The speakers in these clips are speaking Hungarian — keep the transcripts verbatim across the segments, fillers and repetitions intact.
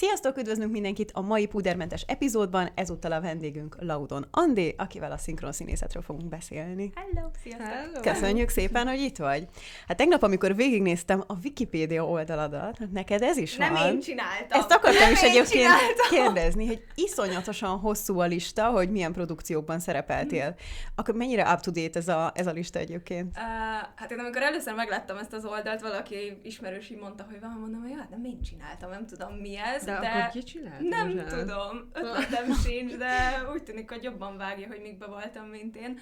Sziasztok, üdvözlünk mindenkit a mai púdermentes epizódban, ezúttal a vendégünk Laudon Andi, akivel a szinkron színészetről fogunk beszélni. Hello, sziasztok! Hello. Köszönjük szépen, hogy itt vagy. Hát tegnap, amikor végignéztem a Wikipédia oldaladat, neked ez is Nem van. én csináltam. Ezt akartam Nem is én egyébként csináltam. kérdezni, hogy iszonyatosan hosszú a lista, hogy milyen produkciókban szerepeltél. Akkor mennyire up-to-date ez a, ez a lista egyébként? Uh, hát én amikor először megláttam ezt az oldalt, valaki ismerős így mondta, hogy van, mondom, hogy hát nem én csináltam, nem tudom mi ez, de... De akkor ki csinálta? Nem most tudom, ötletem sincs, de úgy tűnik, hogy jobban vágja, hogy mikbe voltam, mint én.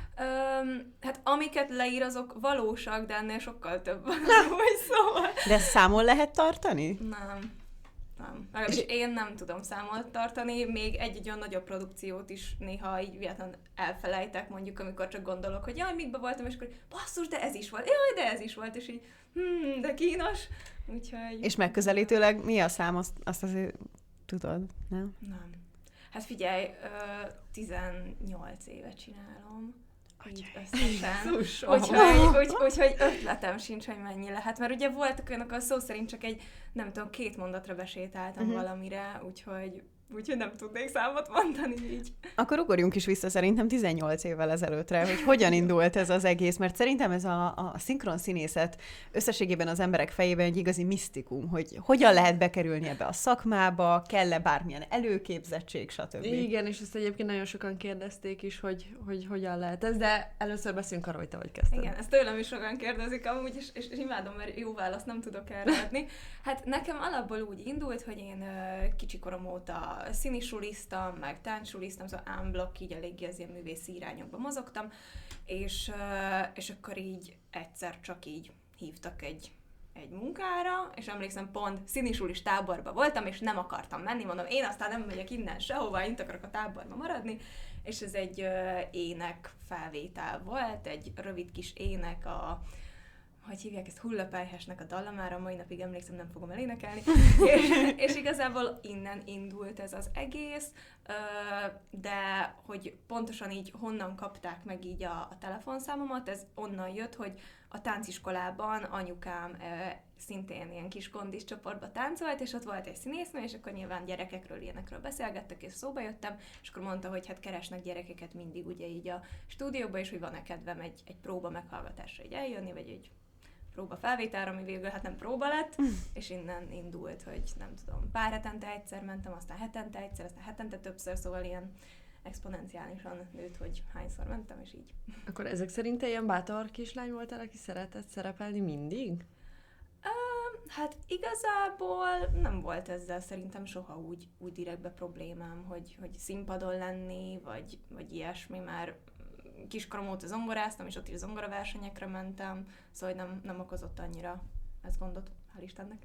Um, hát amiket leír, azok valósak, de ennél sokkal több van úgy szóval. De ezt számon lehet tartani? Nem. Nem. Legalábbis én nem tudom számot tartani, még egy-egy olyan nagyobb produkciót is néha így véletlenül elfelejtek, mondjuk, amikor csak gondolok, hogy jaj, mikbe voltam, és akkor basszus, de ez is volt, jaj, de ez is volt, és így, hmm, de kínos. Úgyhogy... És megközelítőleg mi a szám, azt, azt azért tudod, nem? Nem. Hát figyelj, tizennyolc éve csinálom. Így összesen. Úgyhogy úgy, úgy, úgy, ötletem sincs, hogy mennyi lehet. Mert ugye voltak olyanok, a szó szerint csak egy, nem tudom, két mondatra besétáltam uh-huh. valamire, úgyhogy, úgyhogy nem tudnék számot mondani így. Akkor ugorjunk is vissza szerintem tizennyolc évvel ezelőttre, hogy hogyan indult ez az egész, mert szerintem ez a, a szinkron színészet összességében az emberek fejében egy igazi misztikum, hogy hogyan lehet bekerülni ebbe a szakmába, kell-e bármilyen előképzettség, stb. Igen, és ezt egyébként nagyon sokan kérdezték is, hogy, hogy hogyan lehet ez, de először beszélünk arról, hogy te vagy kezdted. Igen, ezt tőlem is sokan kérdezik amúgy, és, és imádom, mert jó választ nem tudok erre adni. Hát nekem alapból úgy indult, hogy én kicsikorom óta színisuliztam, meg táncsuliztam, szóval unblock, így eléggé az ilyen művészi irányokba mozogtam, és, és akkor így egyszer csak így hívtak egy, egy munkára, és emlékszem, pont színisulis táborba voltam, és nem akartam menni, mondom, én aztán nem megyek innen sehova, én akarok a táborba maradni, és ez egy uh, ének felvétel volt, egy rövid kis ének a hogy hívják ezt, Hullapályhesnek a dallamára, mai napig emlékszem, nem fogom elénekelni, és, és igazából innen indult ez az egész, de hogy pontosan így honnan kapták meg így a, a telefonszámomat, ez onnan jött, hogy a tánciskolában anyukám szintén ilyen kis kondis csoportba táncolt, és ott volt egy színésznő, és akkor nyilván gyerekekről, ilyenekről beszélgettek, és szóba jöttem, és akkor mondta, hogy hát keresnek gyerekeket mindig ugye így a stúdióba, és hogy van-e kedvem egy, egy próba meghallgatásra így eljönni, vagy egy próba felvételre, ami végül hát nem próba lett, mm. és innen indult, hogy nem tudom, pár hetente egyszer mentem, aztán hetente egyszer, aztán hetente többször, szóval ilyen exponenciálisan nőtt, hogy hányszor mentem, és így. Akkor ezek szerint te ilyen bátor kislány voltál, aki szeretett szerepelni mindig? Uh, hát igazából nem volt ezzel szerintem soha úgy, úgy direktbe problémám, hogy, hogy színpadon lenni, vagy, vagy ilyesmi, már kiskorom óta zongoráztam, és ott is zongoraversenyekre mentem, szóval nem, nem okozott annyira ez gondot, hál' Istennek.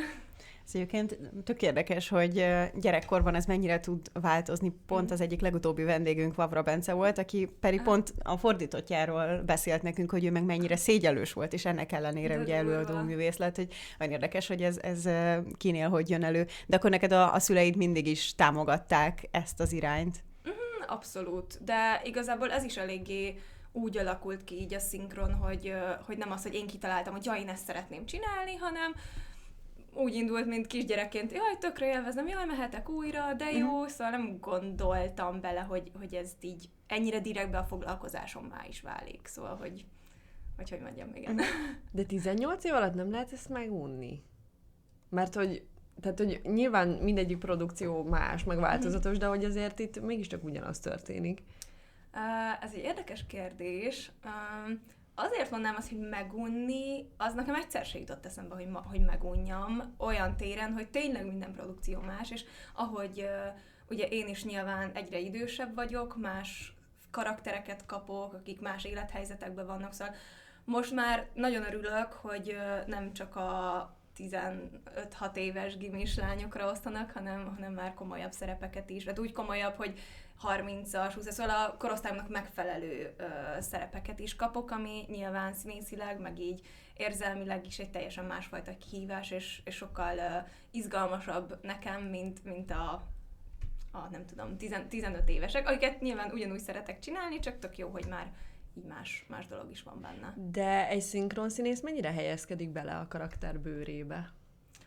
Ez egyébként tök érdekes, hogy gyerekkorban ez mennyire tud változni. Pont az egyik legutóbbi vendégünk Vavra Bence volt, aki pedig pont a fordítottjáról beszélt nekünk, hogy ő meg mennyire szégyellős volt, és ennek ellenére de ugye előadó művész lett, hogy olyan érdekes, hogy ez, ez kinél hogy jön elő. De akkor neked a, a szüleid mindig is támogatták ezt az irányt? Abszolút, de igazából ez is eléggé úgy alakult ki így a szinkron, hogy, hogy nem az, hogy én kitaláltam, hogy jaj, én ezt szeretném csinálni, hanem úgy indult, mint kisgyerekként, jaj, tökre élvezem, jaj, mehetek újra, de jó, uh-huh. szóval nem gondoltam bele, hogy, hogy ez így ennyire direktbe a foglalkozásommá is válik, szóval, hogy hogy, hogy mondjam, igen. De tizennyolc év alatt nem lehet ezt megunni? Mert hogy Tehát, hogy nyilván mindegyik produkció más, meg változatos, de hogy azért itt mégiscsak ugyanaz történik. Uh, ez egy érdekes kérdés. Uh, azért mondnám azt, hogy megunni, az nekem egyszer se jutott eszembe, hogy, ma, hogy megunjam olyan téren, hogy tényleg minden produkció más, és ahogy uh, ugye én is nyilván egyre idősebb vagyok, más karaktereket kapok, akik más élethelyzetekben vannak, szóval most már nagyon örülök, hogy uh, nem csak a tizenöt-hat éves gimis lányokra osztanak, hanem, hanem már komolyabb szerepeket is. Hát úgy komolyabb, hogy harmincas, húszas, szóval a korosztályomnak megfelelő ö, szerepeket is kapok, ami nyilván színészileg, meg így érzelmileg is egy teljesen másfajta kihívás, és, és sokkal ö, izgalmasabb nekem, mint, mint a, a nem tudom, tizenöt évesek, akiket nyilván ugyanúgy szeretek csinálni, csak tök jó, hogy már így más, más dolog is van benne. De egy szinkronszínész mennyire helyezkedik bele a karakter bőrébe?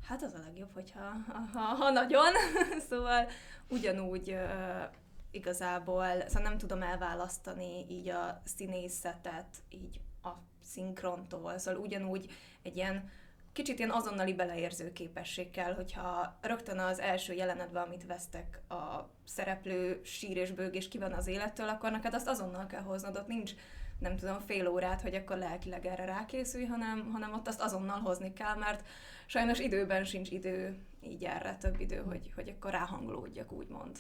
Hát az a legjobb, hogyha ha, ha nagyon. Szóval ugyanúgy uh, igazából, szóval nem tudom elválasztani így a színészetet, így a szinkrontól. Szóval ugyanúgy egy ilyen kicsit ilyen azonnali beleérző képesség kell, hogyha rögtön az első jelenetben, amit vesztek, a szereplő sír és bőg és ki van az élettől, akkor neked azt azonnal kell hoznod, ott nincs, nem tudom, fél órát, hogy akkor lelkileg erre rákészülj, hanem, hanem ott azt azonnal hozni kell, mert sajnos időben sincs idő így erre, több idő, hogy, hogy akkor ráhangolódjak, úgymond.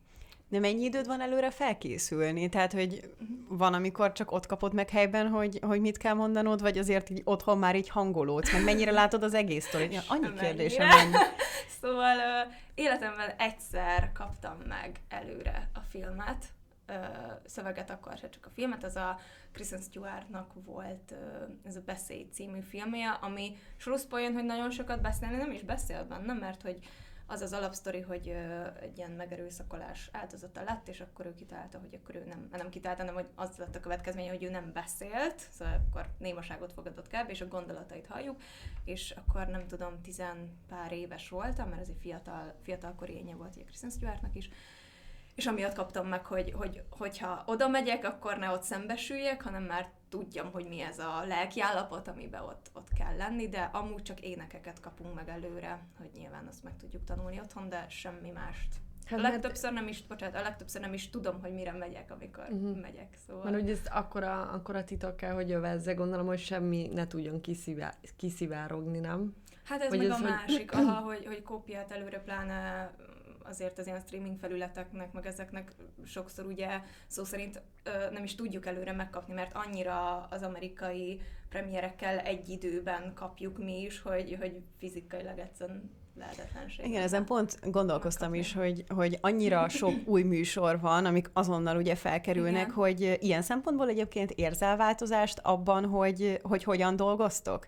De mennyi időd van előre felkészülni? Tehát, hogy van, amikor csak ott kapod meg helyben, hogy, hogy mit kell mondanod, vagy azért így otthon már így hangolódsz, meg mennyire látod az egész sztorit? Ja, annyi kérdésem van. Szóval uh, életemben egyszer kaptam meg előre a filmet, uh, szöveget akkor se, csak a filmet, az a Kristen Stewartnak volt uh, ez a Beszélj című filmje, ami slusszpoén, hogy nagyon sokat beszélni, nem is beszél benne, mert hogy az az alapsztori, hogy uh, egy ilyen megerőszakolás áldozata lett, és akkor ő kitálta, hogy akkor ő nem, nem kitálta, hanem hogy az lett a következménye, hogy ő nem beszélt, szóval akkor némaságot fogadott kb. És a gondolatait halljuk, és akkor nem tudom, tizen pár éves voltam, mert ez egy fiatal, fiatalkori énje volt egy Kristen Stewartnak is, és amiatt kaptam meg, hogy, hogy, hogyha oda megyek, akkor ne ott szembesüljek, hanem már tudjam, hogy mi ez a lelkiállapot, amiben ott, ott kell lenni, de amúgy csak énekeket kapunk meg előre, hogy nyilván azt meg tudjuk tanulni otthon, de semmi mást. Hát a legtöbbször nem is, bocsánat, a legtöbbször nem is tudom, hogy mire megyek, amikor uh-huh. megyek, szóval. Mert hogy ez akkora, akkora titok kell, hogy övezze, gondolom, hogy semmi ne tudjon kiszivá, kiszivárogni, nem? Hát ez vagy meg ez, a másik, hogy... aha, hogy, hogy kópiát előre pláne azért az ilyen streaming felületeknek, meg ezeknek sokszor ugye szó szerint ö, nem is tudjuk előre megkapni, mert annyira az amerikai premierekkel egy időben kapjuk mi is, hogy, hogy fizikailag egyszerűen lehetetlenség. Igen, ezen pont gondolkoztam is, hogy, hogy annyira sok új műsor van, amik azonnal ugye felkerülnek, igen. hogy ilyen szempontból egyébként érzel változást abban, hogy, hogy hogyan dolgoztok?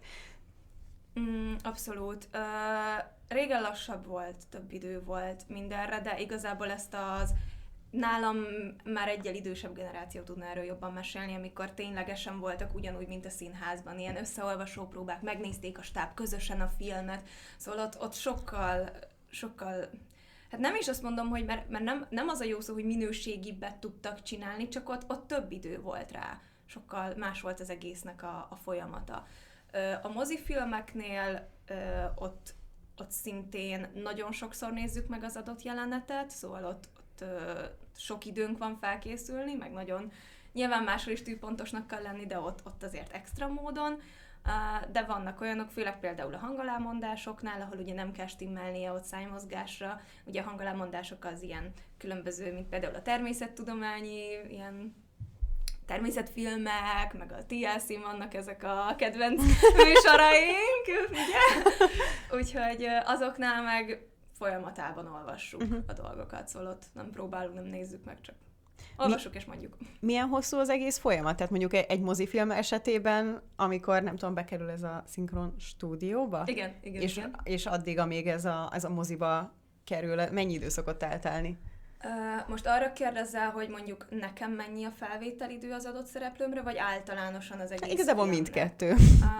Mm, abszolút. Uh, régen lassabb volt, több idő volt mindenre, de igazából ezt az nálam már egyel idősebb generáció tudna erről jobban mesélni, amikor ténylegesen voltak ugyanúgy, mint a színházban, ilyen összeolvasó próbák, megnézték a stáb közösen a filmet, szóval ott, ott sokkal, sokkal, hát nem is azt mondom, hogy mert, mert nem, nem az a jó szó, hogy minőségibbet tudtak csinálni, csak ott, ott több idő volt rá, sokkal más volt az egésznek a, a folyamata. A mozifilmeknél ott, ott szintén nagyon sokszor nézzük meg az adott jelenetet, szóval ott, ott sok időnk van felkészülni, meg nagyon nyilván máshol is tűpontosnak kell lenni, de ott, ott azért extra módon, de vannak olyanok, főleg például a hangolámondásoknál, ahol ugye nem kell stimmelnie ott szájmozgásra, ugye a hangolámondások az ilyen különböző, mint például a természettudományi, ilyen természetfilmek, meg a té el cén vannak ezek a kedvenc műsoraink, ugye? Úgyhogy azoknál meg folyamatában olvassuk uh-huh. a dolgokat, szóval ott nem próbálunk, nem nézzük meg, csak olvassuk Mi, és mondjuk. Milyen hosszú az egész folyamat? Tehát mondjuk egy mozifilm esetében, amikor nem tudom, bekerül ez a szinkron stúdióba? Igen, igen, és, igen. És addig, amíg ez a, ez a moziba kerül, mennyi idő szokott eltelni? Uh, most arra kérdezzel, hogy mondjuk nekem mennyi a felvételidő az adott szereplőmre, vagy általánosan az egész Igazából filmre? mindkettő. Uh,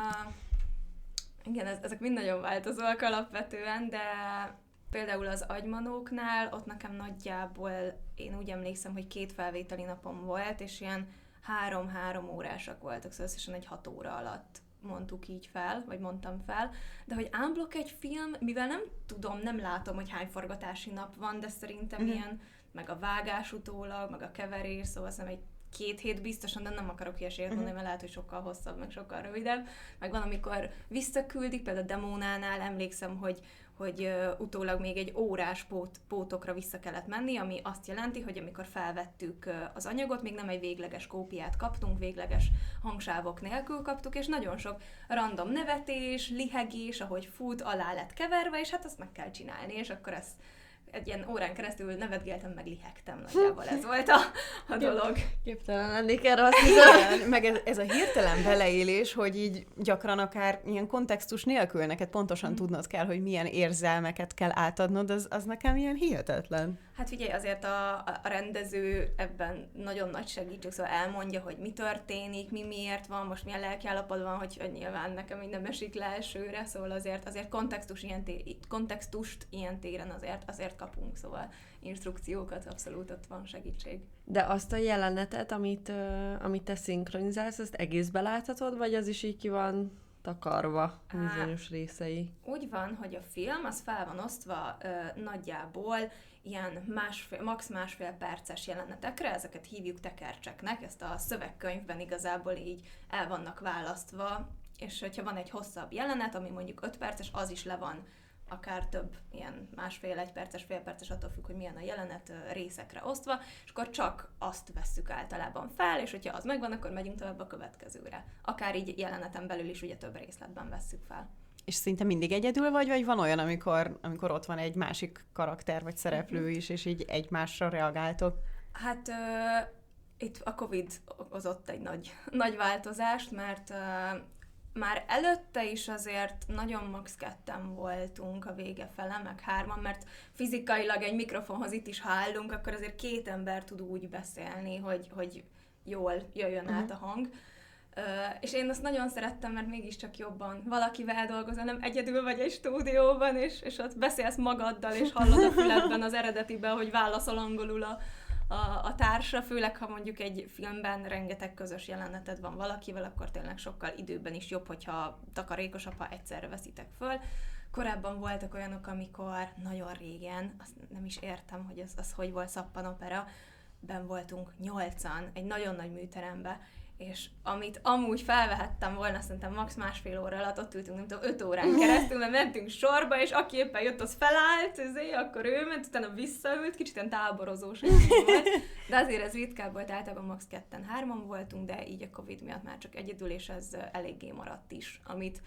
igen, ez, ezek mind nagyon változóak alapvetően, de például az agymanóknál, ott nekem nagyjából, én úgy emlékszem, hogy két felvételi napom volt, és ilyen három-három órásak voltak, szóval összesen egy hat óra alatt mondtuk így fel, vagy mondtam fel, de hogy unblock egy film, mivel nem tudom, nem látom, hogy hány forgatási nap van, de szerintem uh-huh. ilyen, meg a vágás utólag, meg a keverés, szóval szerintem egy két hét biztosan, de nem akarok hülyeséget mondani, uh-huh. mert lehet, hogy sokkal hosszabb, meg sokkal rövidebb. Meg van, amikor visszaküldik, például a Demónánál emlékszem, hogy hogy uh, utólag még egy órás pót, pótokra vissza kellett menni, ami azt jelenti, hogy amikor felvettük uh, az anyagot, még nem egy végleges kópiát kaptunk, végleges hangsávok nélkül kaptuk, és nagyon sok random nevetés, lihegés, ahogy fut, alá lett keverve, és hát azt meg kell csinálni, és akkor ezt egy ilyen órán keresztül nevetgéltem, meg lihegtem, nagyjából ez volt a, a dolog. Képtelen lennék erre azt hiszem. Meg ez, ez a hirtelen beleélés, hogy így gyakran akár ilyen kontextus nélkül neked pontosan mm. tudnod kell, hogy milyen érzelmeket kell átadnod, az, az nekem ilyen hihetetlen. Hát figyelj, azért a, a rendező ebben nagyon nagy segítség, szóval elmondja, hogy mi történik, mi miért van, most milyen lelkiállapot van, hogy, hogy nyilván nekem minden esik le elsőre, szóval azért, azért kontextus ilyen té- kontextust ilyen téren azért, azért kapunk, szóval instrukciókat, abszolút ott van segítség. De azt a jelenetet, amit, uh, amit te szinkronizálsz, azt egészbe láthatod, vagy az is így ki van takarva bizonyos részei? Úgy van, hogy a film az fel van osztva ö, nagyjából ilyen másfél, max másfél perces jelenetekre, ezeket hívjuk tekercseknek, ezt a szövegkönyvben igazából így el vannak választva, és hogyha van egy hosszabb jelenet, ami mondjuk öt perces, az is le van akár több ilyen másfél, egy perces, fél perces, attól függ, hogy milyen a jelenet részekre osztva, és akkor csak azt vesszük általában fel, és hogyha az megvan, akkor megyünk tovább a következőre. Akár így jeleneten belül is ugye több részletben vesszük fel. És szinte mindig egyedül vagy, vagy van olyan, amikor, amikor ott van egy másik karakter vagy szereplő is, és így egymásra reagáltok? Hát uh, itt a Covid okozott egy nagy, nagy változást, mert uh, már előtte is azért nagyon max ketten voltunk a vége fele, meg hárman, mert fizikailag egy mikrofonhoz itt is, ha állunk, akkor azért két ember tud úgy beszélni, hogy, hogy jól jöjjön uh-huh. át a hang. Uh, és én azt nagyon szerettem, mert mégiscsak jobban valakivel dolgozol, nem egyedül vagy egy stúdióban, és, és ott beszélsz magaddal, és hallod a füledben az eredetiben, hogy válaszol angolul a, a, a társa, főleg ha mondjuk egy filmben rengeteg közös jeleneted van valakivel, akkor tényleg sokkal időben is jobb, hogyha takarékosabb, ha egyszerre veszitek föl. Korábban voltak olyanok, amikor nagyon régen, azt nem is értem, hogy az, az hogy volt szappanopera, ben voltunk nyolcan, egy nagyon nagy műterembe, és amit amúgy felvehettem volna, szerintem max másfél óra alatt, ott ültünk, nem tudom, öt órán keresztül, mert mentünk sorba, és aki éppen jött, az felállt, ezért, akkor ő ment, utána visszaült, kicsit ilyen táborozós volt, de azért ez ritkább volt, általában max ketten, hárman voltunk, de így a Covid miatt már csak egyedül, és ez eléggé maradt is, amit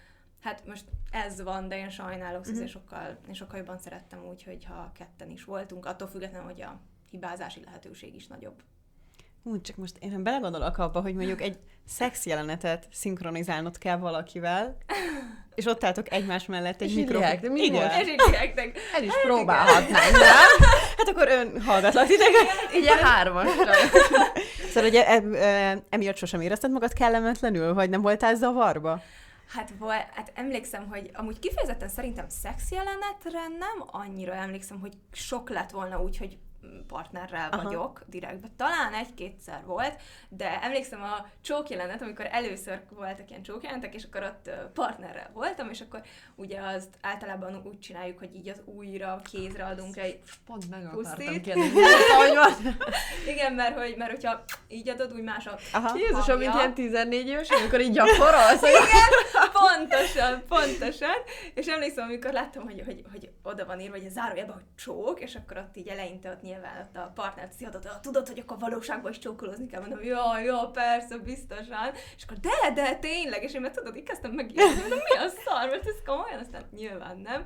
hát most ez van, de én sajnálok, uh-huh. azért sokkal, én sokkal jobban szerettem úgy, hogyha ketten is voltunk, attól függetlenül, hogy a hibázási lehetőség is nagyobb. Úgy, csak most én belegondolok abba, hogy mondjuk egy szex jelenetet szinkronizálnod kell valakivel, és ott álltok egymás mellett egy mikrofon. De mi volt? És így direktek. El is próbálhatnánk, nem? Hát akkor ön hallgatlak titeket. Ugye hármasra. Szóval, hogy e, e, emiatt sosem érezted magad kellemetlenül, vagy nem voltál zavarba? Hát, vol, hát emlékszem, hogy amúgy kifejezetten szerintem szex jelenetre nem annyira emlékszem, hogy sok lett volna úgy, hogy partnerrel Aha. vagyok direktben. Talán egy-kétszer volt, de emlékszem a csók jelenet, amikor először voltak ilyen csók jelentek, és akkor ott partnerrel voltam, és akkor ugye azt általában úgy csináljuk, hogy így az ujjra, kézre adunk egy pont meg pusztit. akartam kérdezni, hogy van. Igen, mert, hogy, mert hogyha így adod, úgy más a Jézusom, mint ilyen tizennégy éves, amikor így gyakorolsz. Igen, pontosan, pontosan. És emlékszem, amikor láttam, hogy, hogy, hogy oda van írva, hogy a zárójában, hogy csók, és akkor ott így eleinte ott nyilván ott a partnert sziadott, hogy tudod, hogy akkor valóságban is csókolózni kell, mondom, ja, ja, persze, biztosan. És akkor de, de, tényleg, és én mert tudod, így kezdtem megírni, mondom, mi a szar, mert ez komolyan, aztán nyilván nem.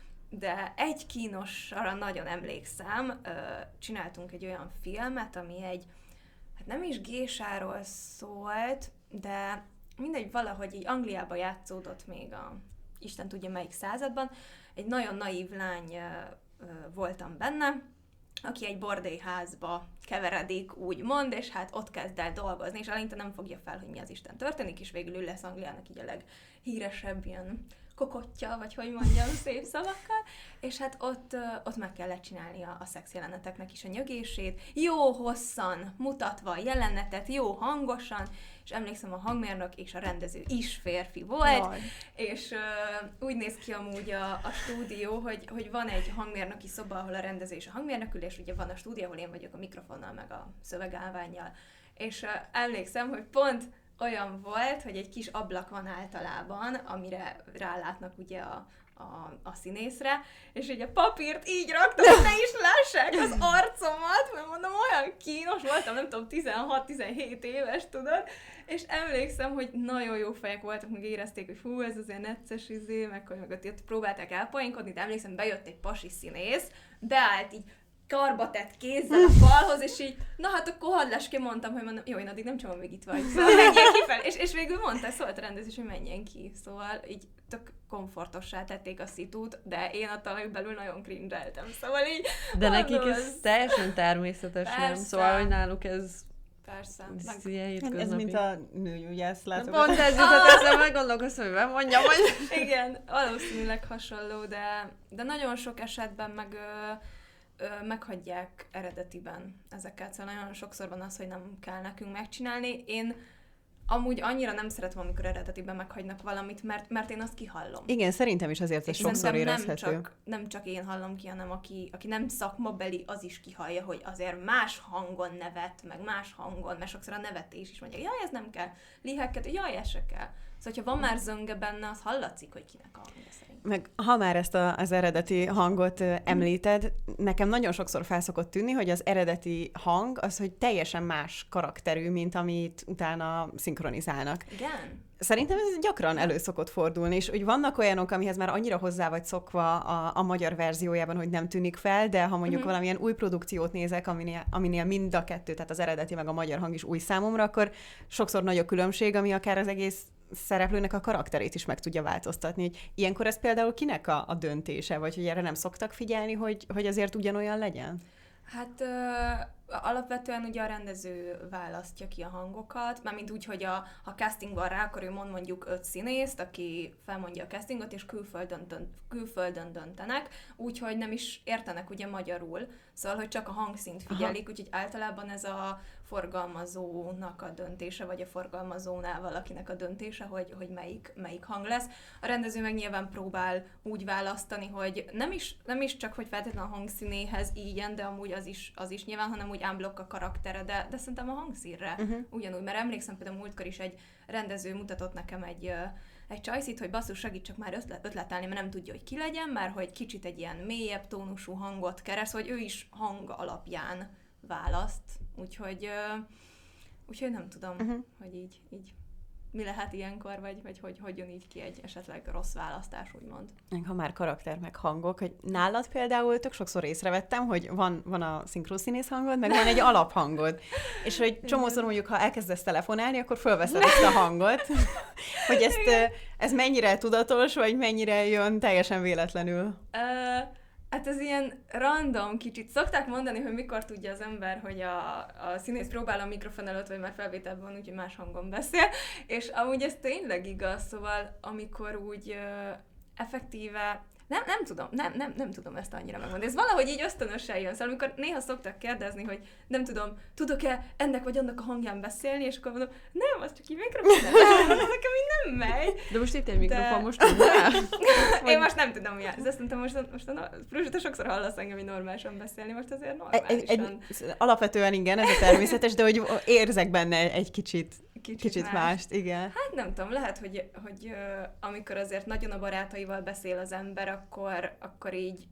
De egy kínosra nagyon emlékszem, csináltunk egy olyan filmet, ami egy, hát nem is gésáról szólt, de mindegy, valahogy így Angliában játszódott még a Isten tudja melyik században. Egy nagyon naív lány voltam benne, aki egy bordélyházba keveredik, úgymond, és hát ott kezd el dolgozni, és eleinte nem fogja fel, hogy mi az Isten történik, és végül ő lesz Angliának így a leghíresebb ilyen kokottya, vagy hogy mondjam, szép szavakkal, és hát ott, ott meg kellett csinálni a, a szex jeleneteknek is a nyögését, jó hosszan mutatva a jelenetet, jó hangosan, és emlékszem, a hangmérnök és a rendező is férfi volt, Jaj. és uh, úgy néz ki amúgy a, a stúdió, hogy, hogy van egy hangmérnöki szoba, ahol a rendező és a hangmérnök ül, és ugye van a stúdió, ahol én vagyok a mikrofonnal, meg a szövegállvánnyal, és uh, emlékszem, hogy pont olyan volt, hogy egy kis ablak van általában, amire rálátnak ugye a, a, a színészre, és ugye a papírt így raktam, hogy ne is lássák az arcomat, mert mondom, olyan kínos voltam, nem tudom, tizenhat-tizenhét éves, tudod, és emlékszem, hogy nagyon jó fejek voltak, meg érezték, hogy hú, ez azért necces izé, meg hogy meg ott próbálták elpoénkodni, de emlékszem, bejött egy pasi színész, beállt így karba tett kézzel a falhoz, és így, na hát akkor hadd lesz ki, mondtam, hogy mondom, jó, én addig nem csomó, még itt vagy, szóval menjen ki fel, és, és végül mondta, szólt a rendezés, hogy menjen ki, szóval így tök komfortossá tették a szitút, de én attól meg belül nagyon cringe-eltem, szóval így... De nekik az... ez teljesen természetes, Persze. nem? Szóval, hogy náluk ez... Persze. Ez, Meg... ilyen hétköznapi. Ez mint a nőgyógyász látogatás. Pont ez jutott eszembe, gondolkoztam, hogy bemondjam, hogy... Igen, valószínűleg hasonló, de, de nagyon sok esetben meg... Ö, Ö, meghagyják eredetiben ezeket, szóval nagyon sokszor van az, hogy nem kell nekünk megcsinálni. Én amúgy annyira nem szeretem, amikor eredetiben meghagynak valamit, mert, mert én azt kihallom. Igen, szerintem is azért ez és sokszor érezhető. Nem csak, nem csak én hallom ki, hanem aki, aki nem szakmabeli, az is kihallja, hogy azért más hangon nevet, meg más hangon, mert sokszor a nevetés is mondja, jaj, ez nem kell, lihegket, jaj, ez se kell. Szóval, ha van már zönge benne, az hallatszik, hogy kinek a hangja szerint. Meg ha már ezt a, az eredeti hangot ö, említed, nekem nagyon sokszor felszokott tűnni, hogy az eredeti hang az, hogy teljesen más karakterű, mint amit utána szinkronizálnak. Igen? Szerintem ez gyakran elő szokott fordulni, és úgy vannak olyanok, amihez már annyira hozzá vagy szokva a, a magyar verziójában, hogy nem tűnik fel, de ha mondjuk uh-huh. valamilyen új produkciót nézek, aminél, aminél mind a kettő, tehát az eredeti meg a magyar hang is új számomra, akkor sokszor nagy a különbség, ami akár az egész szereplőnek a karakterét is meg tudja változtatni. Ilyenkor ez például kinek a, a döntése, vagy hogy erre nem szoktak figyelni, hogy, hogy azért ugyanolyan legyen? Hát ö, alapvetően ugye a rendező választja ki a hangokat, mármint úgy, hogy a, ha casting van rá, akkor ő mond mondjuk öt színészt, aki felmondja a castingot, és külföldön, dönt, külföldön döntenek, úgyhogy nem is értenek ugye magyarul, szóval, hogy csak a hangszínt figyelik, aha. Úgyhogy általában ez a forgalmazónak a döntése, vagy a forgalmazónál valakinek a döntése, hogy, hogy melyik, melyik hang lesz. A rendező meg nyilván próbál úgy választani, hogy nem is, nem is csak, hogy feltétlenül a hangszínéhez ígyen, de amúgy az is, az is nyilván, hanem úgy unblock a karaktere, de, de szerintem a hangszínre uh-huh. ugyanúgy, mert emlékszem például múltkor is egy rendező mutatott nekem egy, egy csajszit, hogy basszus, segíts már ötlet, ötletelni, mert nem tudja, hogy ki legyen, mert hogy kicsit egy ilyen mélyebb tónusú hangot keres, hogy ő is hang alapján választ, úgyhogy, úgyhogy nem tudom, uh-huh. hogy így, így mi lehet ilyenkor, vagy, vagy hogy, hogy jön így ki egy esetleg rossz választás, úgymond. Ha már karakter meg hangok, hogy nálad például tök sokszor észrevettem, hogy van, van a szinkronszínész hangod, meg van egy alaphangod. És hogy csomószor mondjuk, ha elkezdesz telefonálni, akkor fölveszed ezt a hangot, hogy ezt, ez mennyire tudatos, vagy mennyire jön teljesen véletlenül. Uh... Hát ez ilyen random kicsit. Szokták mondani, hogy mikor tudja az ember, hogy a, a színész próbál a mikrofon előtt, vagy már felvételben van, úgyhogy más hangon beszél. És amúgy ez tényleg igaz, szóval amikor úgy uh, effektíve... Nem, nem tudom, nem, nem, nem tudom ezt annyira megmondani. Ez valahogy így ösztönösen jön. Szóval amikor néha szoktak kérdezni, hogy nem tudom, tudok-e ennek vagy annak a hangján beszélni, és akkor mondom, nem, az csak így mikrofon. Nekem így nem megy. De most itt egy mikrofon, de... most tudnál? Én most nem tudom, mi az. Azt mondtam, most, most a, most sokszor hallasz engem, hogy normálisan beszélni, most azért normálisan. Egy, egy, alapvetően igen, ez a természetes, de hogy érzek benne egy kicsit, kicsit, kicsit mást. mást. Igen. Hát nem tudom, lehet, hogy, hogy uh, amikor azért nagyon a barátaival beszél az ember, akkor, akkor így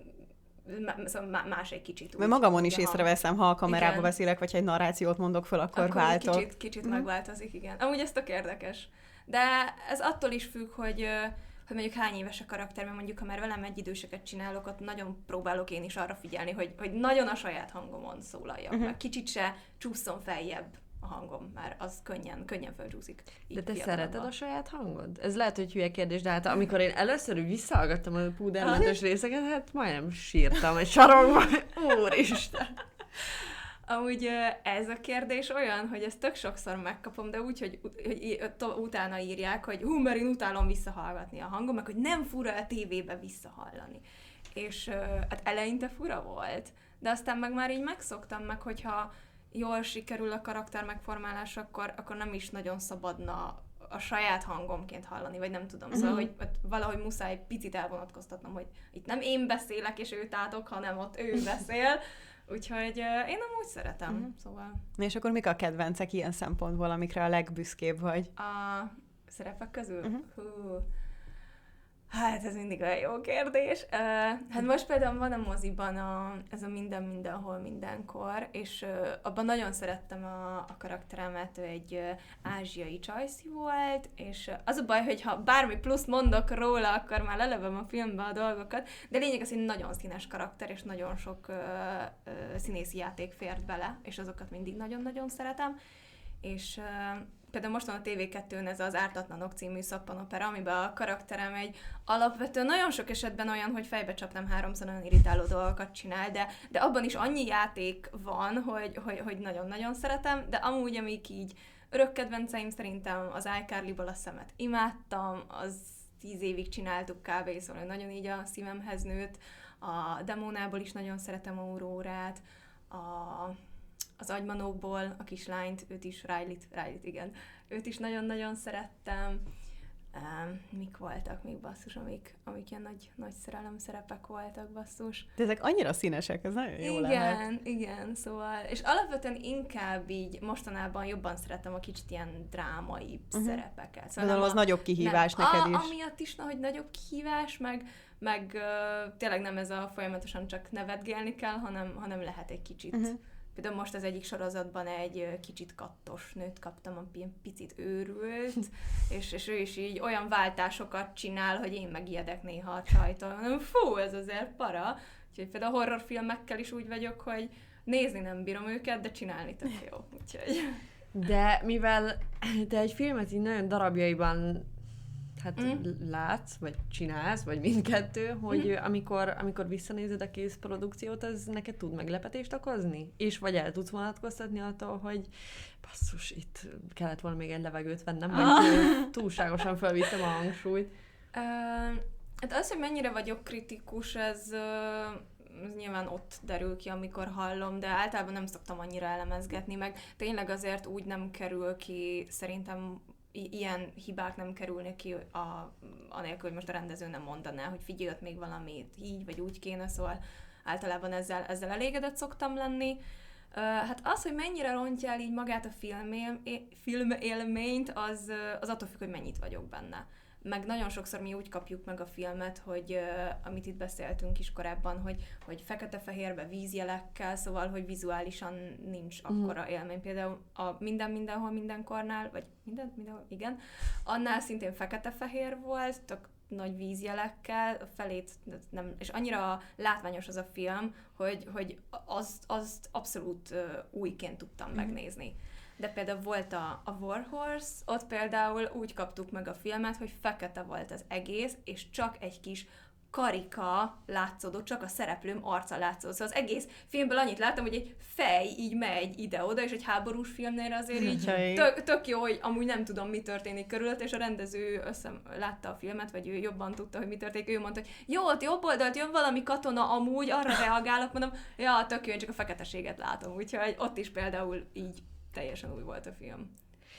szóval más egy kicsit úgy. Mert magamon is észreveszem, ha a kamerába igen. beszélek, vagy ha egy narrációt mondok föl, akkor, akkor váltok. Kicsit, kicsit mm. megváltozik, igen. Amúgy ez tök érdekes. De ez attól is függ, hogy, hogy mondjuk hány éves a karakter, mert mondjuk, ha már velem egy időseket csinálok, ott nagyon próbálok én is arra figyelni, hogy, hogy nagyon a saját hangomon szólaljak, uh-huh. mert kicsit se csúszson feljebb a hangom, már az könnyen, könnyen fölcsúszik. De te szereted a saját hangod? Ez lehet, hogy hülye kérdés, de hát amikor én először visszahallgattam a púdermentes részeket, hát majdnem sírtam egy sarokban. Úristen! Amúgy ez a kérdés olyan, hogy ezt tök sokszor megkapom, de úgy, hogy, hogy utána írják, hogy hú, mert én utálom visszahallgatni a hangom, meg hogy nem fura a tévébe visszahallani. És hát eleinte fura volt, de aztán meg már így megszoktam meg, hogyha jól sikerül a karakter megformálás, akkor, akkor nem is nagyon szabadna a saját hangomként hallani, vagy nem tudom. Szóval, hogy valahogy muszáj picit elvonatkoztatnom, hogy itt nem én beszélek, és ő tátok, hanem ott ő beszél. Úgyhogy uh, én amúgy szeretem, uh-huh. szóval... És akkor mik a kedvencek ilyen szempontból, amikre a legbüszkébb vagy? A szerepek közül? Uh-huh. Hú. Hát ez mindig olyan jó kérdés. Uh, hát most például van a moziban a, ez a Minden mindenhol mindenkor, és uh, abban nagyon szerettem a, a karakteremet, ő egy uh, ázsiai csajszi volt, és uh, az a baj, hogy ha bármi plusz mondok róla, akkor már lelövöm a filmbe a dolgokat, de lényeg az, hogy nagyon színes karakter, és nagyon sok uh, uh, színészi játék fért bele, és azokat mindig nagyon-nagyon szeretem, és uh, például most van a té vé kettőn ez az Ártatlanok című szappanopera, amiben a karakterem egy alapvetően nagyon sok esetben olyan, hogy fejbe csapnám háromszor, olyan irritáló dolgokat csinál, de, de abban is annyi játék van, hogy, hogy, hogy nagyon-nagyon szeretem, de amúgy, amik így örök kedvenceim, szerintem az iCarly-ból a Szemet imádtam, az tíz évig csináltuk kb. Szóval nagyon így a szívemhez nőtt, a Demónából is nagyon szeretem Aurórát, a... az Agymanókból a kislányt, őt is, Riley-t, Riley-t, igen, őt is nagyon-nagyon szerettem. Um, mik voltak még, basszus, amik, amik ilyen nagy, nagy szerelem szerepek voltak, basszus. De ezek annyira színesek, ez nagyon jó igen, lehet. Igen, igen, szóval, és alapvetően inkább így mostanában jobban szeretem a kicsit ilyen drámai uh-huh. szerepeket. Szóval nem az a, nagyobb kihívás nem, neked a, is. Amiatt is, na, hogy nagyobb kihívás, meg, meg uh, tényleg nem ez a folyamatosan csak nevetgélni kell, hanem, hanem lehet egy kicsit. Uh-huh. Például most az egyik sorozatban egy kicsit kattos nőt kaptam, ami ilyen picit őrült, és, és ő is így olyan váltásokat csinál, hogy én megijedek néha a csajtól. Mondom, fú, ez azért para. Úgyhogy például a horrorfilmekkel is úgy vagyok, hogy nézni nem bírom őket, de csinálni tök jó. Úgyhogy... De mivel te egy filmet így nagyon darabjaiban hát mm. látsz, vagy csinálsz, vagy mindkettő, hogy mm. amikor, amikor visszanézed a kész produkciót, az neked tud meglepetést okozni? És vagy el tudsz vonatkoztatni attól, hogy basszus, itt kellett volna még egy levegőt vennem, vagy ah. túlságosan felvittem a hangsúlyt. Uh, hát az, hogy mennyire vagyok kritikus, ez, uh, ez nyilván ott derül ki, amikor hallom, de általában nem szoktam annyira elemezgetni, meg tényleg azért úgy nem kerül ki, szerintem I- ilyen hibák nem kerülnek ki a, anélkül, hogy most a rendező nem mondaná, hogy figyelj, ott még valamit így vagy úgy kéne, szóval általában ezzel, ezzel elégedett szoktam lenni. Uh, hát az, hogy mennyire rontja el így magát a filmél, filmélményt, az, az attól függ, hogy mennyit vagyok benne. Meg nagyon sokszor mi úgy kapjuk meg a filmet, hogy uh, amit itt beszéltünk is korábban, hogy, hogy fekete-fehérbe vízjelekkel, szóval, hogy vizuálisan nincs akkora mm. élmény. Például a Minden mindenhol mindenkornál, vagy minden, mindenhol, igen, annál szintén fekete-fehér volt, tök nagy vízjelekkel, a felét nem, és annyira látványos az a film, hogy, hogy azt, azt abszolút uh, újként tudtam mm. megnézni. De például volt a, a War Horse, ott például úgy kaptuk meg a filmet, hogy fekete volt az egész, és csak egy kis karika látszódott, csak a szereplőm arca látszódott. Szóval az egész filmből annyit láttam, hogy egy fej így megy ide-oda, és egy háborús filmnél azért így tök, tök jó, hogy amúgy nem tudom, mi történik körülött, és a rendező össze látta a filmet, vagy ő jobban tudta, hogy mi történik. Ő mondta, hogy jó, ott jobb oldalt jön valami katona, amúgy arra reagálok, mondom, ja, tök jó, én csak a feketeséget látom. Úgyhogy ott is például így teljesen új volt a film.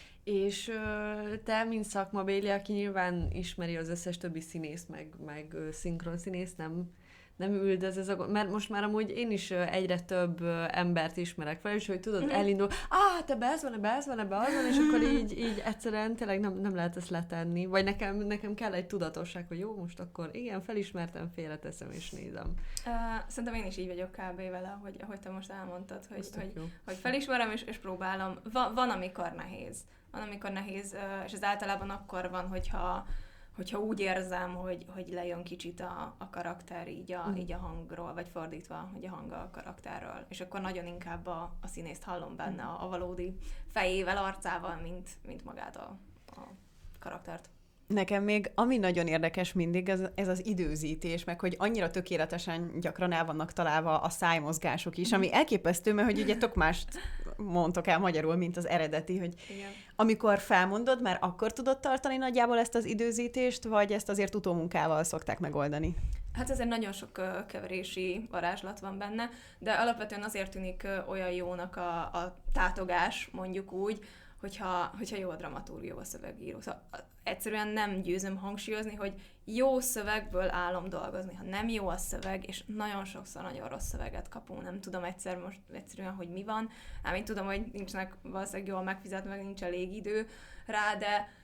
És ö, te, mint szakmabéli, aki nyilván ismeri az összes többi színészt, meg, meg ö, szinkron színészt, nem, nem üldöz ez a... Mert most már amúgy én is ö, egyre több ö, embert ismerek fel, és hogy tudod, mm. elindul, ah, te be ez van, be ez van, be az van, és akkor így, így egyszerűen tényleg nem, nem lehet ezt letenni. Vagy nekem, nekem kell egy tudatosság, hogy jó, most akkor igen, felismertem, félreteszem és nézem. Uh, szerintem én is így vagyok kb. Vele, ahogy, ahogy te most elmondtad, hogy, hogy, hogy felismerem és, és próbálom. Va, van, amikor nehéz. Van, amikor nehéz, és ez általában akkor van, hogyha, hogyha úgy érzem, hogy, hogy lejön kicsit a, a karakter így a, mm. így a hangról, vagy fordítva, hogy a hang a karakterről. És akkor nagyon inkább a, a színészt hallom benne, a, a valódi fejével, arcával, mint, mint magát a, a karaktert. Nekem még, ami nagyon érdekes mindig, ez, ez az időzítés, meg hogy annyira tökéletesen gyakran el vannak találva a szájmozgások is, ami elképesztő, mert hogy ugye tök mást mondtok el magyarul, mint az eredeti, hogy igen. Amikor felmondod, már akkor tudod tartani nagyjából ezt az időzítést, vagy ezt azért utómunkával szokták megoldani? Hát ezért nagyon sok uh, keverési varázslat van benne, de alapvetően azért tűnik uh, olyan jónak a, a tátogás, mondjuk úgy, hogyha, hogyha jó a dramaturgia, a szövegíró. Szóval egyszerűen nem győzöm hangsúlyozni, hogy jó szövegből állom dolgozni. Ha nem jó a szöveg, és nagyon sokszor nagyon rossz szöveget kapunk, nem tudom egyszer most egyszerűen, hogy mi van. Ám én tudom, hogy nincsnek valószínűleg jól megfizetve, meg nincs elég idő rá, de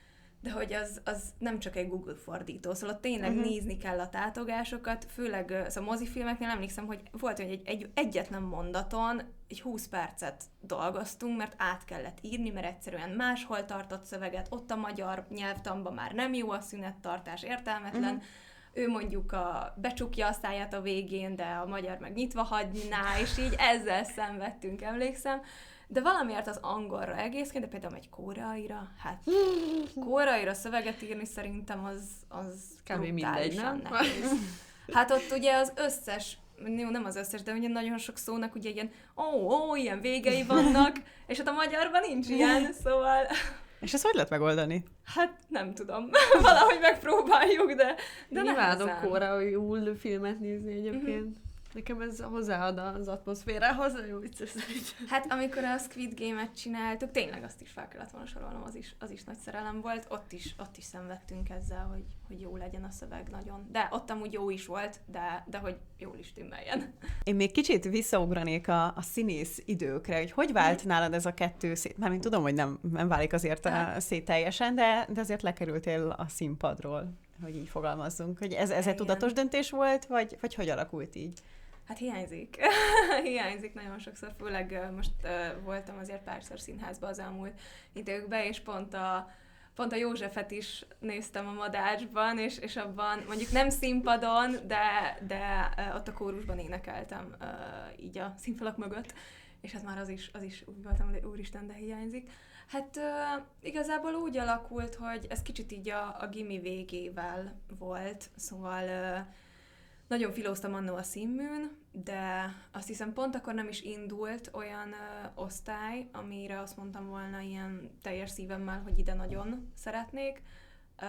de hogy az, az nem csak egy Google fordító, szóval tényleg uh-huh. nézni kell a tátogásokat, főleg szóval mozifilmeknél emlékszem, hogy volt, hogy egy, egy egyetlen mondaton egy húsz percet dolgoztunk, mert át kellett írni, mert egyszerűen máshol tartott szöveget, ott a magyar nyelvtanban már nem jó a szünettartás, értelmetlen, uh-huh. ő mondjuk a, becsukja a száját a végén, de a magyar meg nyitva hagyná, és így ezzel szenvedtünk, emlékszem. De valamiért az angolra egészként, de például egy koreaira, hát koreaira szöveget írni szerintem az, az kb. Mindegy, nem? Nehéz. Hát ott ugye az összes, jó, nem az összes, de ugye nagyon sok szónak ugye ilyen ó, ó, ilyen végei vannak, és hát a magyarban nincs ilyen, szóval... És ezt hogy lehet megoldani? Hát nem tudom, valahogy megpróbáljuk, de, de én imádok koreaiul filmet nézni egyébként. Mm-hmm. Nekem ez hozzáad az atmoszférához, nagyon vicces szerintem. Hát amikor a Squid Game-et csináltuk, tényleg azt is fel kellett volna sorolnom, az is, az is nagy szerelem volt, ott is, ott is szenvedtünk ezzel, hogy, hogy jó legyen a szöveg nagyon. De ott amúgy jó is volt, de, de hogy jól is timmeljen. Én még kicsit visszaugranék a, a színész időkre, hogy hogy vált hmm. nálad ez a kettő szét? Mármint tudom, hogy nem, nem válik azért a szét teljesen, de, de azért lekerültél a színpadról, hogy így fogalmazzunk. Hogy ez, ez egy tudatos döntés volt, vagy, vagy hogy alakult így? Hát hiányzik. hiányzik nagyon sokszor, főleg most uh, voltam azért párszor színházban az elmúlt időkben, és pont a, pont a Józsefet is néztem a Madácsban, és, és abban mondjuk nem színpadon, de, de uh, ott a kórusban énekeltem uh, így a színfalak mögött, és hát már az is, az is úgy voltam, hogy úristen, de hiányzik. Hát uh, igazából úgy alakult, hogy ez kicsit így a, a gimi végével volt, szóval uh, nagyon filóztam annó a színműn, de azt hiszem pont akkor nem is indult olyan ö, osztály, amire azt mondtam volna ilyen teljes szívemmel, hogy ide nagyon szeretnék. Ö,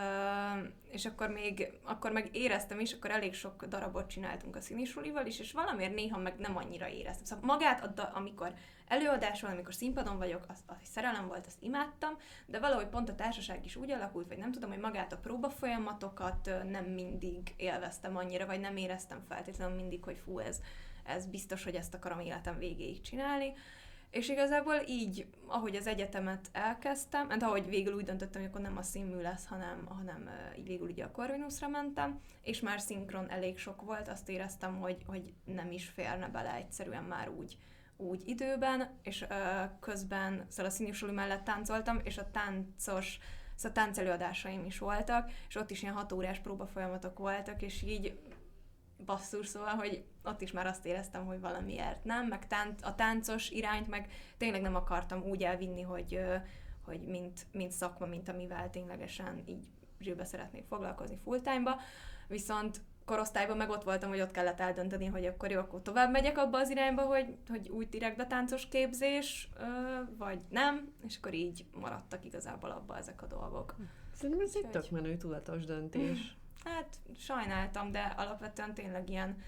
és akkor még, akkor meg éreztem is, akkor elég sok darabot csináltunk a színisulival is, és valamiért néha meg nem annyira éreztem. Szóval magát, amikor előadás van, amikor színpadon vagyok, az, az szerelem volt, azt imádtam, de valahogy pont a társaság is úgy alakult, vagy nem tudom, hogy magát a próbafolyamatokat nem mindig élveztem annyira, vagy nem éreztem feltétlenül mindig, hogy fú, ez, ez biztos, hogy ezt akarom életem végéig csinálni. És igazából így, ahogy az egyetemet elkezdtem, hát ahogy végül úgy döntöttem, hogy akkor nem a színmű lesz, hanem, hanem így végül ugye a Corvinusra mentem, és már szinkron elég sok volt, azt éreztem, hogy, hogy nem is férne bele egyszerűen már úgy, úgy időben, és ö, közben szóval a színisuli mellett táncoltam, és a táncos, szóval a táncelőadásaim is voltak, és ott is ilyen hat órás próbafolyamatok voltak, és így basszus, szóval, hogy ott is már azt éreztem, hogy valamiért nem, meg tánc, a táncos irányt meg tényleg nem akartam úgy elvinni, hogy, hogy mint, mint szakma, mint amivel ténylegesen így zsűbe szeretnék foglalkozni full-time-ba, viszont korosztályban meg ott voltam, hogy ott kellett eldönteni, hogy akkor jó, akkor tovább megyek abba az irányba, hogy, hogy úgy direkt a táncos képzés, vagy nem, és akkor így maradtak igazából abba ezek a dolgok. Szerintem ez egy tök menő tudatos döntés. Hát sajnáltam, de alapvetően tényleg ilyen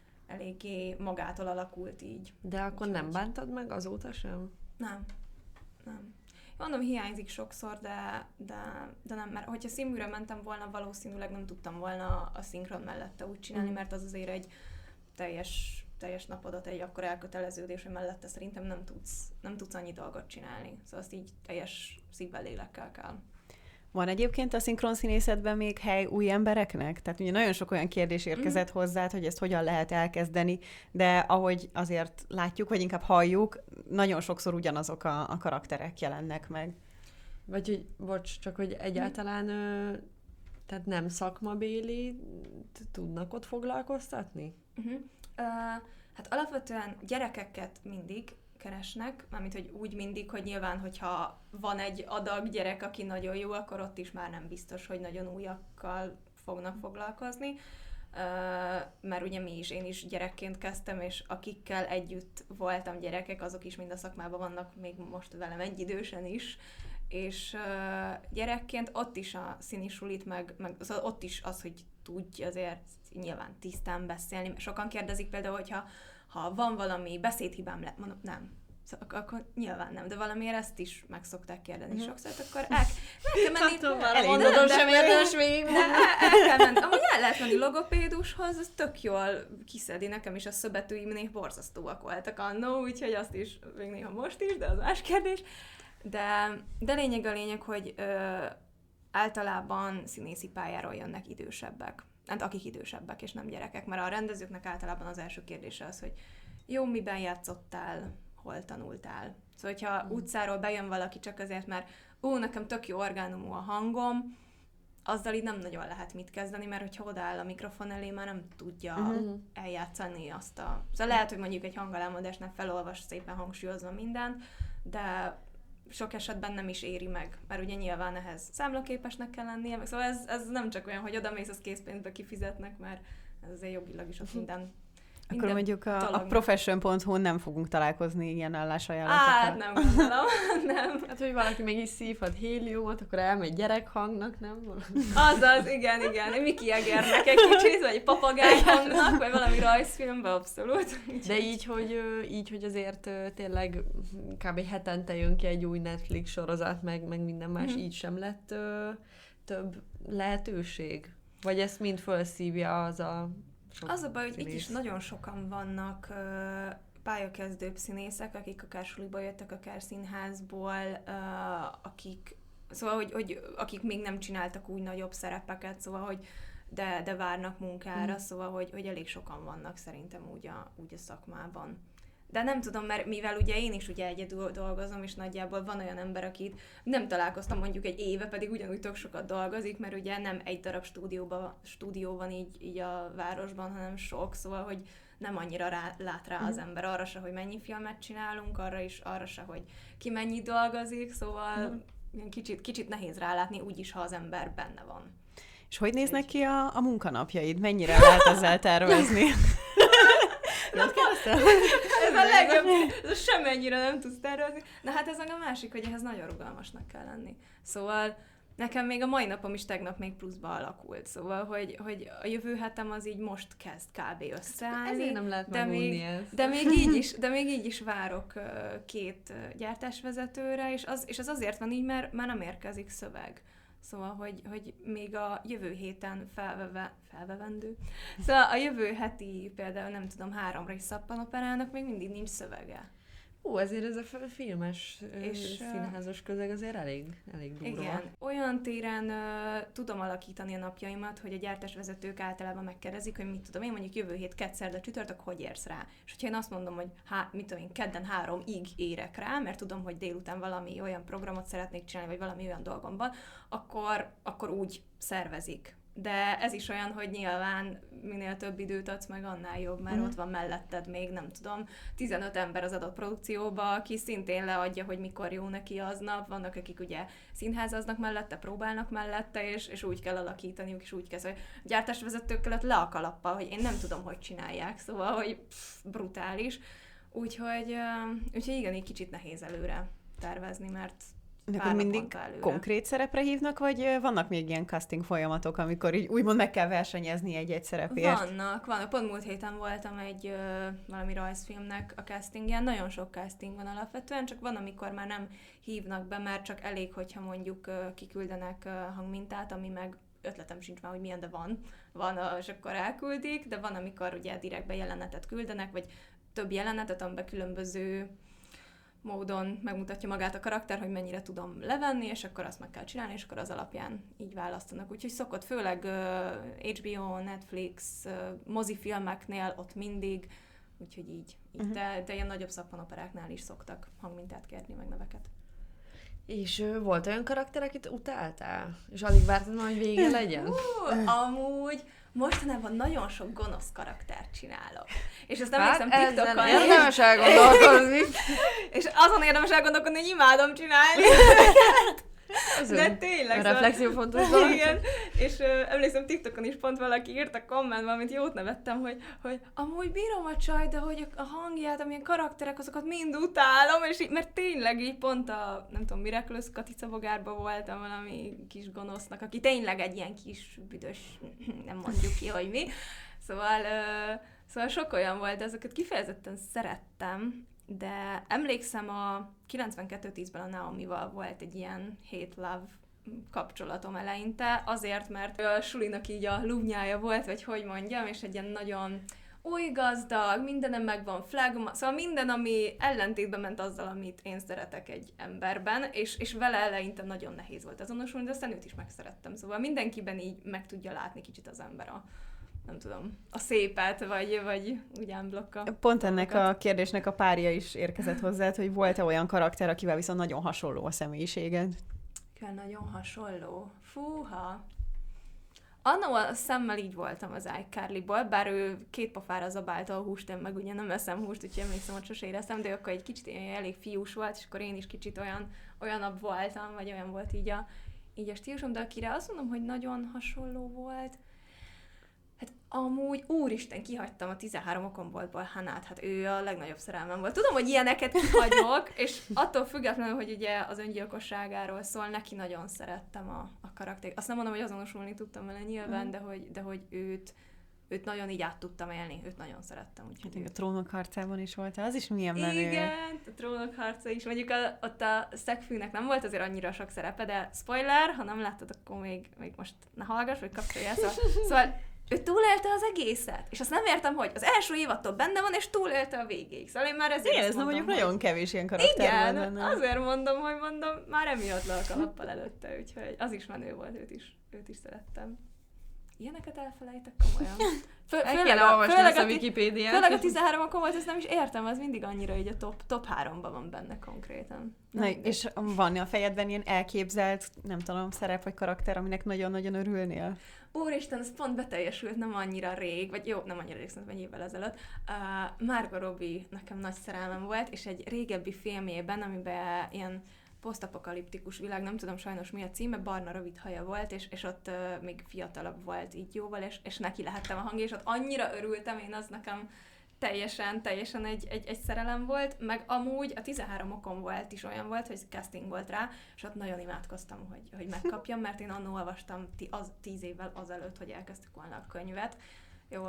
eléggé magától alakult így. De akkor nem bántad meg azóta sem? Nem. Nem. Mondom, hiányzik sokszor, de, de, de nem, mert hogyha színműre mentem volna, valószínűleg nem tudtam volna a szinkron mellette úgy csinálni, mm. mert az azért egy teljes, teljes napodat, egy akkor elköteleződés, hogy mellette szerintem nem tudsz, nem tudsz annyi dolgot csinálni. Szóval azt így teljes szívvel, lélekkel kell. Van egyébként a szinkronszínészetben még hely új embereknek? Tehát ugye nagyon sok olyan kérdés érkezett mm. hozzád, hogy ezt hogyan lehet elkezdeni, de ahogy azért látjuk, vagy inkább halljuk, nagyon sokszor ugyanazok a, a karakterek jelennek meg. Vagy hogy, bocs, csak hogy egyáltalán mm. tehát nem szakmabéli tudnak ott foglalkoztatni? Uh-huh. Uh, hát alapvetően gyerekeket mindig keresnek, mármint, hogy úgy mindig, hogy nyilván, hogyha van egy adag gyerek, aki nagyon jó, akkor ott is már nem biztos, hogy nagyon újakkal fognak foglalkozni, mert ugye mi is, én is gyerekként kezdtem, és akikkel együtt voltam gyerekek, azok is mind a szakmában vannak, még most velem egyidősen is, és gyerekként ott is a színisulit, meg, meg szóval ott is az, hogy tudj azért nyilván tisztán beszélni, mert sokan kérdezik például, hogyha ha van valami beszédhibám, le, mondom, nem. Szóval akkor nyilván nem, de valamiért ezt is meg szokták kérdezni mm. sokszor, akkor el, el kell menni... Tudom, már mondodom, sem érdemes végig. El kell menni. Amúgy el lehet menni logopédushoz, ez tök jól kiszedi, nekem is a szöbetűimnél borzasztóak voltak annó, úgyhogy azt is, még néha most is, de az más kérdés. De, de lényeg a lényeg, hogy ö, általában színészi pályáról jönnek idősebbek. Hát akik idősebbek, és nem gyerekek, mert a rendezőknek általában az első kérdése az, hogy jó, miben játszottál, hol tanultál. Szóval, hogyha mm. utcáról bejön valaki csak azért, mert ó, nekem tök jó orgánumú a hangom, azzal így nem nagyon lehet mit kezdeni, mert hogyha odaáll a mikrofon elé, már nem tudja uh-huh. eljátszani azt a... Szóval lehet, hogy mondjuk egy hangalámodásnál felolvas szépen hangsúlyozva mindent, de sok esetben nem is éri meg, mert ugye nyilván ehhez számlaképesnek kell lennie, szóval ez, ez nem csak olyan, hogy odamész, az készpénzbe kifizetnek, mert ez azért jogilag is ott minden... Akkor mondjuk a, a profession pont hu nem fogunk találkozni ilyen állásajánlatokkal. Hát nem gondolom, nem. Hát, hogy valaki mégis szívhat héliumot, akkor elmegy gyerekhangnak, nem? Azaz, igen, igen. Miki Jaggernek egy kicsit, vagy papagáj hangnak, vagy valami rajzfilmben, abszolút. De így, hogy, így, hogy azért tényleg kb. Hetente jön ki egy új Netflix sorozat, meg, meg minden más, mm. így sem lett ö, több lehetőség? Vagy ezt mind felszívja az a sok Az a baj, hogy színész. Itt is nagyon sokan vannak uh, pályakezdőbb színészek, akik akár suliba jöttek, akár színházból, uh, akik, szóval, hogy, hogy akik még nem csináltak úgy nagyobb szerepeket, szóval, hogy de, de várnak munkára, mm. szóval, hogy, hogy elég sokan vannak szerintem úgy a, úgy a szakmában. De nem tudom, mert mivel ugye én is ugye egyedül dolgozom, és nagyjából van olyan ember, akit nem találkoztam mondjuk egy éve, pedig ugyanúgy tök sokat dolgozik, mert ugye nem egy darab stúdióba, stúdió van így, így a városban, hanem sok, szóval, hogy nem annyira rá, lát rá az ember arra se, hogy mennyi filmet csinálunk, arra is, arra se, hogy ki mennyit dolgozik, szóval mm. kicsit, kicsit nehéz rálátni, úgyis, ha az ember benne van. És hogy néznek ki a, a munkanapjaid? Mennyire lehet ezzel tervezni? Ez a legjobb, ez semmennyire nem tudsz tervezni. Na hát ez a másik, hogy ehhez nagyon rugalmasnak kell lenni. Szóval nekem még a mai napom is tegnap még pluszba alakult. Szóval, hogy, hogy a jövő hetem az így most kezd kb. Összeállni. Ezért nem lehet de még, ezt. de még így is, de még így is várok két gyártásvezetőre, és az, és az azért van így, mert már nem érkezik szöveg. Szóval, hogy, hogy még a jövő héten felveve, felvevendő. Szóval a jövő heti például, nem tudom, háromra is szappanoperának még mindig nincs szövege. Ó, ezért ez a filmes és színházas közeg azért elég, elég durva. Igen. Olyan téren uh, tudom alakítani a napjaimat, hogy a gyártásvezetők általában megkérdezik, hogy mit tudom én, mondjuk jövő hét kedszerda csütörtök, hogy érsz rá. És hogyha én azt mondom, hogy há, mit tudom én, kedden háromig érek rá, mert tudom, hogy délután valami olyan programot szeretnék csinálni, vagy valami olyan dolgom van, akkor, akkor úgy szervezik. De ez is olyan, hogy nyilván minél több időt adsz meg, annál jobb, mert uh-huh. ott van melletted még, nem tudom, tizenöt ember az adott produkcióba, aki szintén leadja, hogy mikor jó neki aznap, vannak, akik ugye színházaznak mellette, próbálnak mellette, és, és úgy kell alakítaniuk, és úgy kezd, hogy gyártásvezetőkkel ott le a kalappal, hogy én nem tudom, hogy csinálják, szóval, hogy pff, brutális. Úgyhogy, uh, úgyhogy igen, így kicsit nehéz előre tervezni, mert de akkor mindig konkrét szerepre hívnak, vagy vannak még ilyen casting folyamatok, amikor így úgymond meg kell versenyezni egy-egy szerepért? Vannak, vannak. Pont múlt héten voltam egy ö, valami rajzfilmnek a castingjen. Nagyon sok casting van alapvetően, csak van, amikor már nem hívnak be, mert csak elég, hogyha mondjuk ö, kiküldenek ö, hangmintát, ami meg ötletem sincs már, hogy milyen, de van. Van, és akkor elküldik, de van, amikor ugye direktbe jelenetet küldenek, vagy több jelenetet, amiben különböző módon megmutatja magát a karakter, hogy mennyire tudom levenni, és akkor azt meg kell csinálni, és akkor az alapján így választanak. Úgyhogy szokott főleg uh, há bé ó, Netflix, uh, mozifilmeknél ott mindig, úgyhogy így. így. Uh-huh. De, de ilyen nagyobb szappanoperáknál is szoktak hangmintát kérni, meg neveket. És uh, volt olyan karakter, akit utáltál? És alig vártad már, hogy vége legyen? Uh, amúgy mostanában nagyon sok gonosz karaktert csinálok. És azt hát emlékszem TikTokon. Érdemes elgondolkozni. És azon érdemes elgondolkodni, hogy imádom csinálni. De tényleg. A reflexió fontos dolog. Igen. És uh, emlékszem TikTokon is pont valaki írt a kommentben, amit jót nevettem, hogy, hogy amúgy bírom a csaj, de hogy a hangját, amilyen karakterek, azokat mind utálom, és így, mert tényleg így pont a, nem tudom, Miraculous Katicabogárban voltam valami kis gonosznak, aki tényleg egy ilyen kis büdös, nem mondjuk ki, hogy mi. Szóval, uh, szóval sok olyan volt, de azokat kifejezetten szerettem. De emlékszem a kilencvenkettő tízben a Naomival volt egy ilyen hate-love kapcsolatom eleinte, azért, mert a sulinak így a lúnyája volt, vagy hogy mondjam, és egy ilyen nagyon oly gazdag, mindenem megvan, flagma, szóval minden, ami ellentétben ment azzal, amit én szeretek egy emberben, és, és vele eleinte nagyon nehéz volt azonosulni, de aztán őt is megszerettem. Szóval mindenkiben így meg tudja látni kicsit az ember a, nem tudom, a szépet, vagy, vagy úgy unblocka. Pont ennek a kérdésnek a párja is érkezett hozzád, hogy volt-e olyan karakter, akivel viszont nagyon hasonló a személyiséged? Kell nagyon hasonló. Fúha! Annó a szemmel így voltam az iCarly-ból, bár ő két pofára zabálta a húst, én meg ugye nem eszem húst, úgyhogy emlékszem, hogy sose éreztem, de akkor egy kicsit elég fiús volt, és akkor én is kicsit olyan, olyanabb voltam, vagy olyan volt így a, így a stílusom, de akire azt mondom, hogy nagyon hasonló volt, hát amúgy, úristen, kihagytam a tizenhárom okomboltból Hannát, hát ő a legnagyobb szerelmem volt. Tudom, hogy ilyeneket kihagyok, és attól függetlenül, hogy ugye az öngyilkosságáról szól, neki nagyon szerettem a, a karaktert. Azt nem mondom, hogy azonosulni tudtam vele nyilván, mm. de, hogy, de hogy őt, őt nagyon így át tudtam élni, őt nagyon szerettem. Úgyhogy hát, a Trónok harcában is volt, az is milyen menő. Igen, a Trónok harca is. Mondjuk a, ott a szegfűnek nem volt azért annyira sok szerepe, de spoiler, ha nem láttad, akkor még, még most ne hallgass, vagy kapcsolja. Szóval, szóval ő túlélte az egészet, és azt nem értem, hogy az első évattól benne van, és túlélte a végéig. Szóval én már ezért igen, ez mondom, mondjuk hogy... nagyon kevés ilyen karakter igen, van benne. Azért mondom, hogy mondom, már emiatt le a kalappal előtte, úgyhogy az is menő volt, őt is, őt is szerettem. Ilyeneket elfelejtek komolyan. Fő, El főleg, kell olvasni főleg a, a Wikipédiát. Főleg a tizenhárom okon volt, ezt nem is értem, az mindig annyira így a top, top háromban van benne konkrétan. Na, Na és van a fejedben ilyen elképzelt, nem tudom, szerep vagy karakter, aminek nagyon-nagyon örülnél? Úristen, ez pont beteljesült nem annyira rég, vagy jó, nem annyira rég, szerintem egy évvel ezelőtt. Uh, Margot Robbie nekem nagy szerelmem volt, és egy régebbi filmjében, amiben ilyen posztapokaliptikus világ, nem tudom sajnos mi a címe, barna rövid haja volt, és, és ott uh, még fiatalabb volt így jóval, és, és neki lehettem a hangja, és ott annyira örültem, én az nekem teljesen, teljesen egy, egy, egy szerelem volt, meg amúgy a tizenhárom okon volt is olyan volt, hogy casting volt rá, és ott nagyon imádkoztam, hogy, hogy megkapjam, mert én annól olvastam t- az, tíz évvel azelőtt, hogy elkezdtük volna a könyvet. Jó,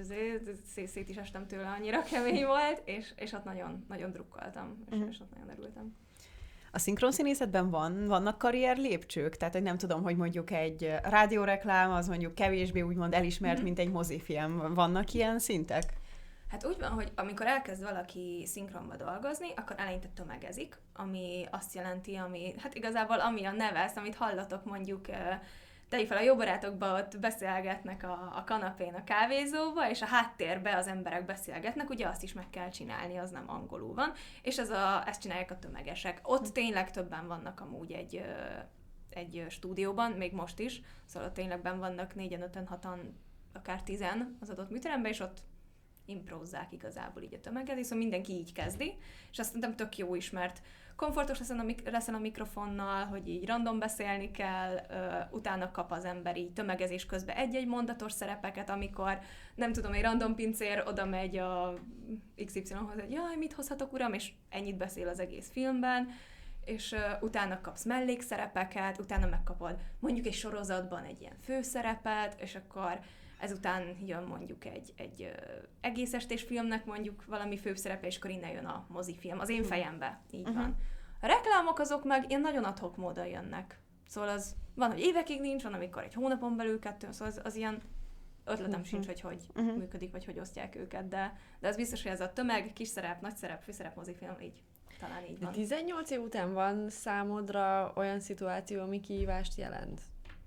szét, szét is estem tőle, annyira kemény volt, és, és ott nagyon, nagyon drukkoltam, és, mm. és ott nagyon örültem. A szinkronszínészetben van, vannak karrier lépcsők? Tehát, hogy nem tudom, hogy mondjuk egy rádióreklám, az mondjuk kevésbé úgymond elismert, mm. mint egy mozifilm. Vannak ilyen szintek? Hát úgy van, hogy amikor elkezd valaki szinkronba dolgozni, akkor eleinte tömegezik, ami azt jelenti, ami, hát igazából ami a neve, ezt, amit hallatok mondjuk, tegyük fel a jó barátokba, ott beszélgetnek a, a kanapén a kávézóba, és a háttérbe az emberek beszélgetnek, ugye azt is meg kell csinálni, az nem angolul van, és ez a, ezt csinálják a tömegesek. Ott tényleg többen vannak amúgy egy, egy stúdióban, még most is, szóval tényleg benn vannak négyen, öten, hatan, akár tizen az adott műteremben, és ott improzzák igazából így a tömeget, szóval mindenki így kezdi, és azt szerintem tök jó is, mert komfortos leszel a, mik- leszel a mikrofonnal, hogy így random beszélni kell, uh, utána kap az ember így tömegezés közben egy-egy mondatos szerepeket, amikor nem tudom, egy random pincér oda megy a iksz ipszilonhoz, hogy jaj, mit hozhatok uram, és ennyit beszél az egész filmben, és uh, utána kapsz mellékszerepeket, utána megkapod mondjuk egy sorozatban egy ilyen főszerepet, és akkor ezután jön mondjuk egy, egy uh, egész estés filmnek mondjuk valami főszerepe, és akkor innen jön a mozifilm. Az én fejembe így uh-huh. van. A reklámok azok meg ilyen nagyon adhok módon jönnek. Szóval az van, hogy évekig nincs, van, amikor egy hónapon belül kettő, szóval az, az ilyen ötletem uh-huh. sincs, hogy hogy uh-huh. működik, vagy hogy osztják őket, de, de az biztos, hogy ez a tömeg, kis szerep, nagy szerep, főszerep, mozifilm, így talán így van. De tizennyolc év után van számodra olyan szituáció, ami kihívást jelent?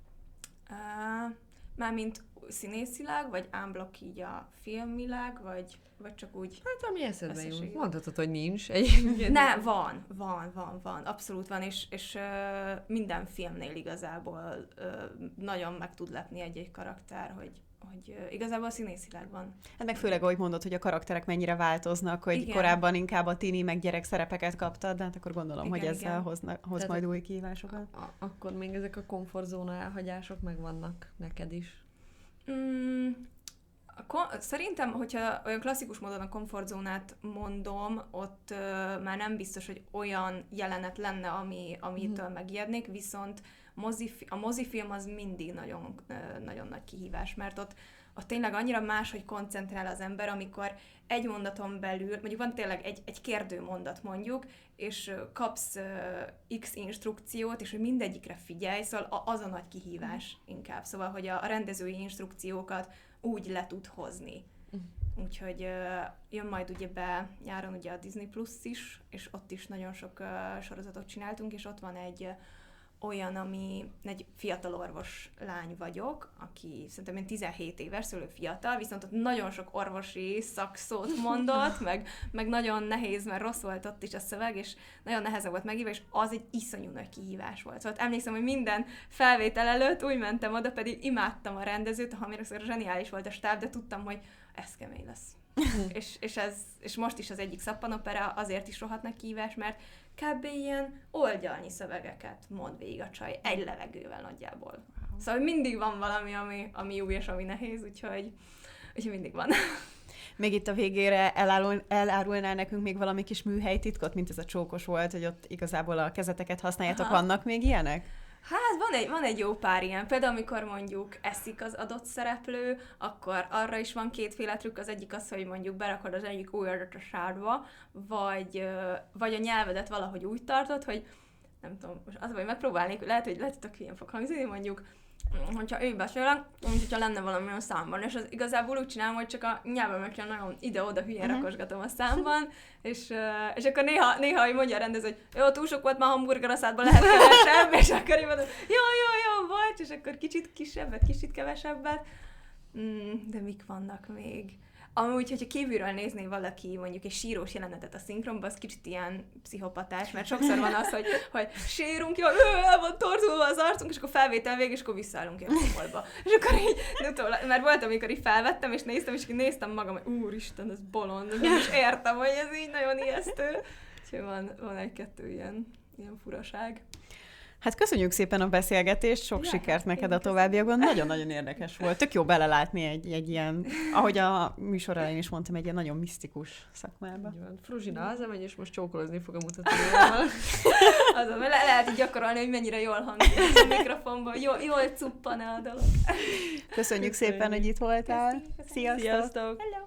Uh, mármint színészileg, vagy unblock így a filmvilág, vagy, vagy csak úgy... Hát ami eszedbe jut. Mondhatod, hogy nincs. Egy... Ne, van, van, van, van, abszolút van, és, és uh, minden filmnél igazából uh, nagyon meg tud lepni egy-egy karakter, hogy, hogy uh, igazából színészileg van. Hát meg főleg, ahogy mondod, hogy a karakterek mennyire változnak, hogy igen. korábban inkább a tini meg gyerek szerepeket kaptad, de hát akkor gondolom, igen, hogy ezzel hoznak, hoz majd új kihívásokat. A- akkor még ezek a komfortzóna elhagyások megvannak neked is. Mm, ko- szerintem, hogyha olyan klasszikus módon a komfortzónát mondom, ott uh, már nem biztos, hogy olyan jelenet lenne, ami, amitől mm. megijednék, viszont mozifi- a mozifilm az mindig nagyon, uh, nagyon nagy kihívás, mert ott, ott tényleg annyira más, hogy koncentrál az ember, amikor egy mondaton belül, mondjuk van tényleg egy, egy kérdőmondat mondjuk, és kapsz uh, X instrukciót, és hogy mindegyikre figyelj, szóval az a nagy kihívás mm. inkább. Szóval, hogy a, a rendezői instrukciókat úgy le tud hozni. Mm. úgyhogy jön majd ugye be nyáron ugye a Disney Plus is, és ott is nagyon sok sorozatot csináltunk, és ott van egy olyan, ami egy fiatal orvos lány vagyok, aki szerintem én tizenhét éves, szülő fiatal, viszont ott nagyon sok orvosi szakszót mondott, meg, meg nagyon nehéz, mert rossz volt ott is a szöveg, és nagyon nehezebb volt megírva, és az egy iszonyú nagy kihívás volt. Szóval emlékszem, hogy minden felvétel előtt úgy mentem oda, pedig imádtam a rendezőt, amire zseniális volt a stáb, de tudtam, hogy ez kemény lesz. és, és, ez, és most is az egyik szappanopera azért is rohadt nagy kihívás, mert kb. Ilyen oldalnyi szövegeket mond végig a csaj, egy levegővel nagyjából. Szóval mindig van valami, ami, ami új és ami nehéz, úgyhogy, úgyhogy mindig van. Még itt a végére elárul, elárulnál nekünk még valami kis műhelytitkot, mint ez a csókos volt, hogy ott igazából a kezeteket használjátok, Aha. vannak még ilyenek? Hát van egy, van egy jó pár ilyen. Például amikor mondjuk eszik az adott szereplő, akkor arra is van kétféle trükk. Az egyik az, hogy mondjuk berakod az egyik ujjadat a sárba, vagy, vagy a nyelvedet valahogy úgy tartod, hogy nem tudom, most az vagy megpróbálnék, lehet, hogy lehet, hogy ilyen fog hangzni, mondjuk, hogyha ő beszélek, mint hogyha lenne valami a számban, és az igazából úgy csinálom, hogy csak a nyelvemet csak nagyon ide-oda hülyén uh-huh. rakosgatom a számban, és, és akkor néha, néha így mondja a rendező, hogy jó, túl sok volt már hamburger a szádban, lehet kevesebb, és akkor így mondom, jó, jó, jó, vagy, és akkor kicsit kisebbet, kicsit kevesebbet, mm, de mik vannak még? Amúgy, hogyha kívülről nézné valaki mondjuk egy sírós jelenetet a szinkronban, az kicsit ilyen pszichopatás, mert sokszor van az, hogy, hogy sírunk, jó, el van torzulva az arcunk, és akkor felvétel végig, és akkor visszaállunk ilyen komolba. És akkor így, mert volt, amikor így felvettem, és néztem, és néztem magam, hogy úristen, ez bolond, és értem, hogy ez így nagyon ijesztő. Úgyhogy van, van egy-kettő ilyen, ilyen furaság. Hát köszönjük szépen a beszélgetést, sok ja, sikert neked a továbbiakban, nagyon-nagyon érdekes volt. Tök jó belelátni egy, egy ilyen, ahogy a műsor elején is mondtam, egy ilyen nagyon misztikus szakmába. Fruzsina hazamegy, és most csókolozni fog a mutatni. Azon, le- lehet így gyakorolni, hogy mennyire jól hangzik a mikrofonban, jól, jól cuppan-e a dolog. Köszönjük szépen, hogy itt voltál. Köszönjük. Sziasztok! Sziasztok. Hello.